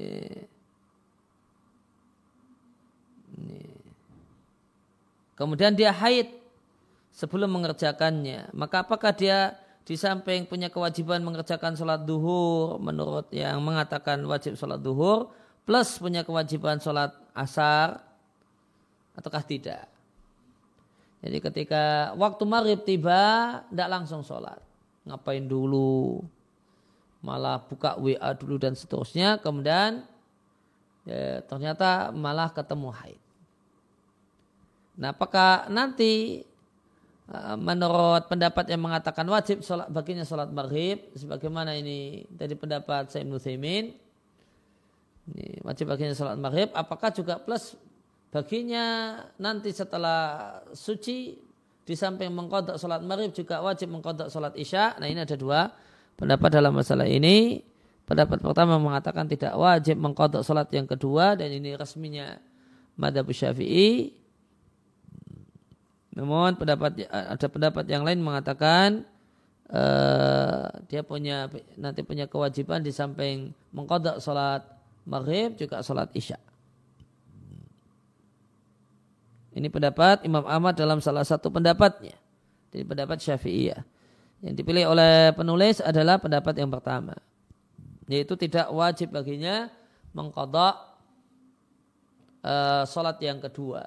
ini kemudian dia haid sebelum mengerjakannya. Maka apakah dia di samping punya kewajiban mengerjakan sholat duhur menurut yang mengatakan wajib sholat duhur plus punya kewajiban sholat asar ataukah tidak? Jadi ketika waktu maghrib tiba tidak langsung sholat. Ngapain dulu? Malah buka W A dulu dan seterusnya. Kemudian ya, ternyata malah ketemu haid. Nah, apakah nanti menurut pendapat yang mengatakan wajib sholat, baginya sholat maghrib, sebagaimana ini dari pendapat Syekh Ibnu Utsaimin, wajib baginya sholat maghrib, apakah juga plus baginya nanti setelah suci di samping mengqadha sholat maghrib juga wajib mengqadha sholat isya? Nah, ini ada dua pendapat dalam masalah ini. Pendapat pertama mengatakan tidak wajib mengqadha sholat yang kedua, dan ini resminya mazhab Syafi'i. Namun pendapat ada pendapat yang lain mengatakan uh, dia punya nanti punya kewajiban di samping mengqadha salat maghrib juga salat isya. Ini pendapat Imam Ahmad dalam salah satu pendapatnya, dari pendapat Syafi'iyah. Yang dipilih oleh penulis adalah pendapat yang pertama, yaitu tidak wajib baginya mengqadha uh, salat yang kedua.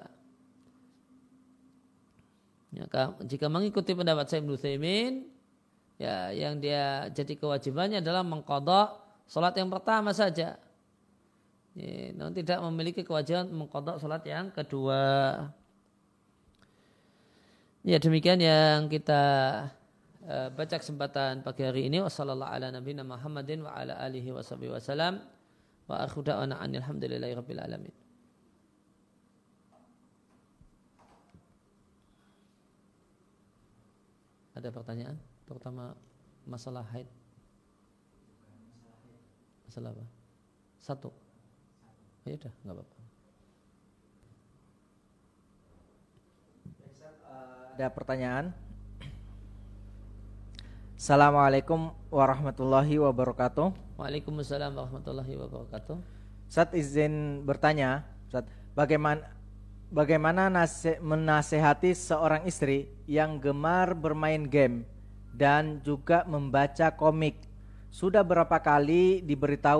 Ya, jika mengikuti pendapat Syekh Ibnu Utsaimin, ya yang dia jadi kewajibannya adalah mengqadha salat yang pertama saja. Ya, namun tidak memiliki kewajiban mengqadha salat yang kedua. Ya, demikian yang kita uh, baca kesempatan pagi hari ini. Wassallallahu ala nabiyina Muhammadin wa ala alihi washabihi wasallam. Wa akhiru da'wana alhamdulillahi rabbil alamin. Ada pertanyaan? Terutama masalah haid. Masalah apa? Satu. Ya udah, nggak apa-apa. Ada pertanyaan. Assalamualaikum warahmatullahi wabarakatuh. Waalaikumsalam warahmatullahi wabarakatuh. Ustaz izin bertanya, Ustaz, bagaimana Bagaimana nase- menasehati seorang istri yang gemar bermain game dan juga membaca komik? Sudah berapa kali diberitahu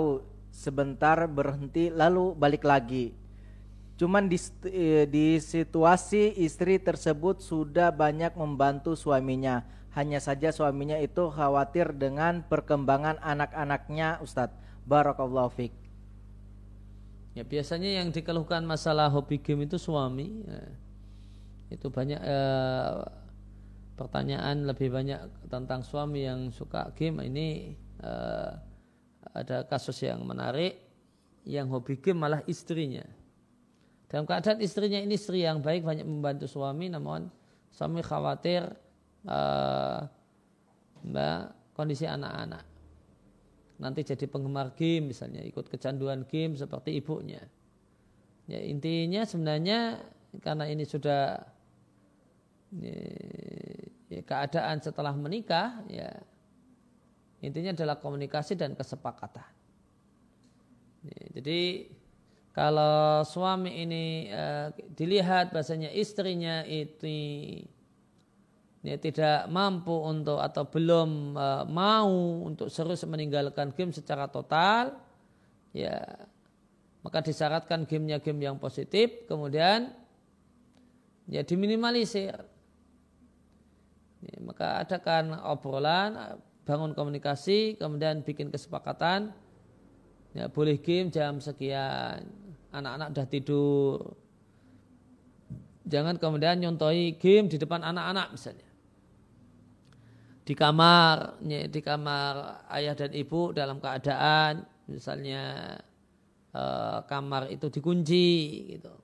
sebentar berhenti lalu balik lagi. Cuman di, di situasi istri tersebut sudah banyak membantu suaminya. Hanya saja suaminya itu khawatir dengan perkembangan anak-anaknya, Ustadz. Barakallahu fiik. Ya, biasanya yang dikeluhkan masalah hobi game itu suami. Ya. Itu banyak eh, pertanyaan lebih banyak tentang suami yang suka game. Ini eh, ada kasus yang menarik, yang hobi game malah istrinya. Dalam keadaan istrinya ini istri yang baik, banyak membantu suami, namun suami khawatir uh, mbak, kondisi anak-anak. Nanti jadi penggemar game misalnya, ikut kecanduan game seperti ibunya. Ya, intinya sebenarnya karena ini sudah ya, ya, keadaan setelah menikah, ya intinya adalah komunikasi dan kesepakatan. Ya, jadi kalau suami ini uh, dilihat bahasanya istrinya itu ya, tidak mampu untuk atau belum uh, mau untuk serius meninggalkan game secara total, ya maka disyaratkan gamenya game yang positif, kemudian ya diminimalisir. Ya, maka adakan obrolan, bangun komunikasi, kemudian bikin kesepakatan. Ya, boleh game jam sekian, anak-anak udah tidur. Jangan kemudian nyontohi game di depan anak-anak misalnya. Di kamar, ya, di kamar ayah dan ibu dalam keadaan misalnya eh, kamar itu dikunci gitu.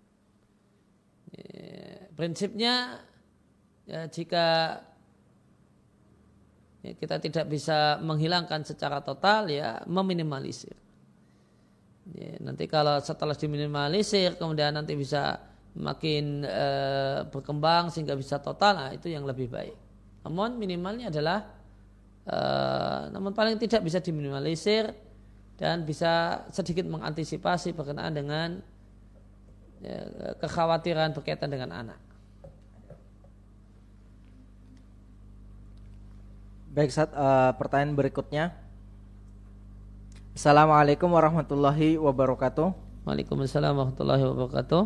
Ya, prinsipnya ya, jika ya, kita tidak bisa menghilangkan secara total, ya meminimalisir. Ya, nanti kalau setelah diminimalisir kemudian nanti bisa makin e, berkembang sehingga bisa total, nah, itu yang lebih baik. Namun minimalnya adalah e, namun paling tidak bisa diminimalisir dan bisa sedikit mengantisipasi berkenaan dengan ya, kekhawatiran berkaitan dengan anak. Baik, Ustaz, uh, pertanyaan berikutnya. Assalamualaikum warahmatullahi wabarakatuh. Waalaikumsalam warahmatullahi wabarakatuh.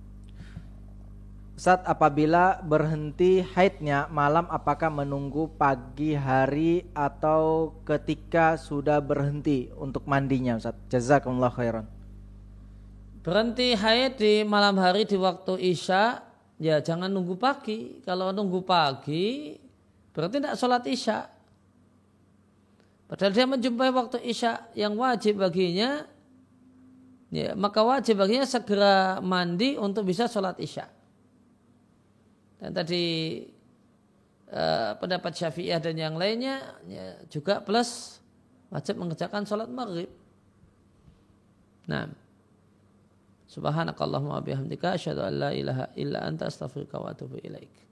Ustaz, apabila berhenti haidnya malam, apakah menunggu pagi hari atau ketika sudah berhenti untuk mandinya, Ustaz? Jazakumullah khairan. Berhenti haid di malam hari di waktu isya, ya jangan nunggu pagi. Kalau nunggu pagi berarti tidak sholat isya. Padahal dia menjumpai waktu isya yang wajib baginya, ya, maka wajib baginya segera mandi untuk bisa sholat isya. Dan tadi eh, pendapat Syafi'iyah dan yang lainnya ya, juga plus wajib mengerjakan sholat maghrib. Nah, subhanakallahumma bihamdika asyhadu an la ilaha illa anta astaghfiruka wa atubu ilaik.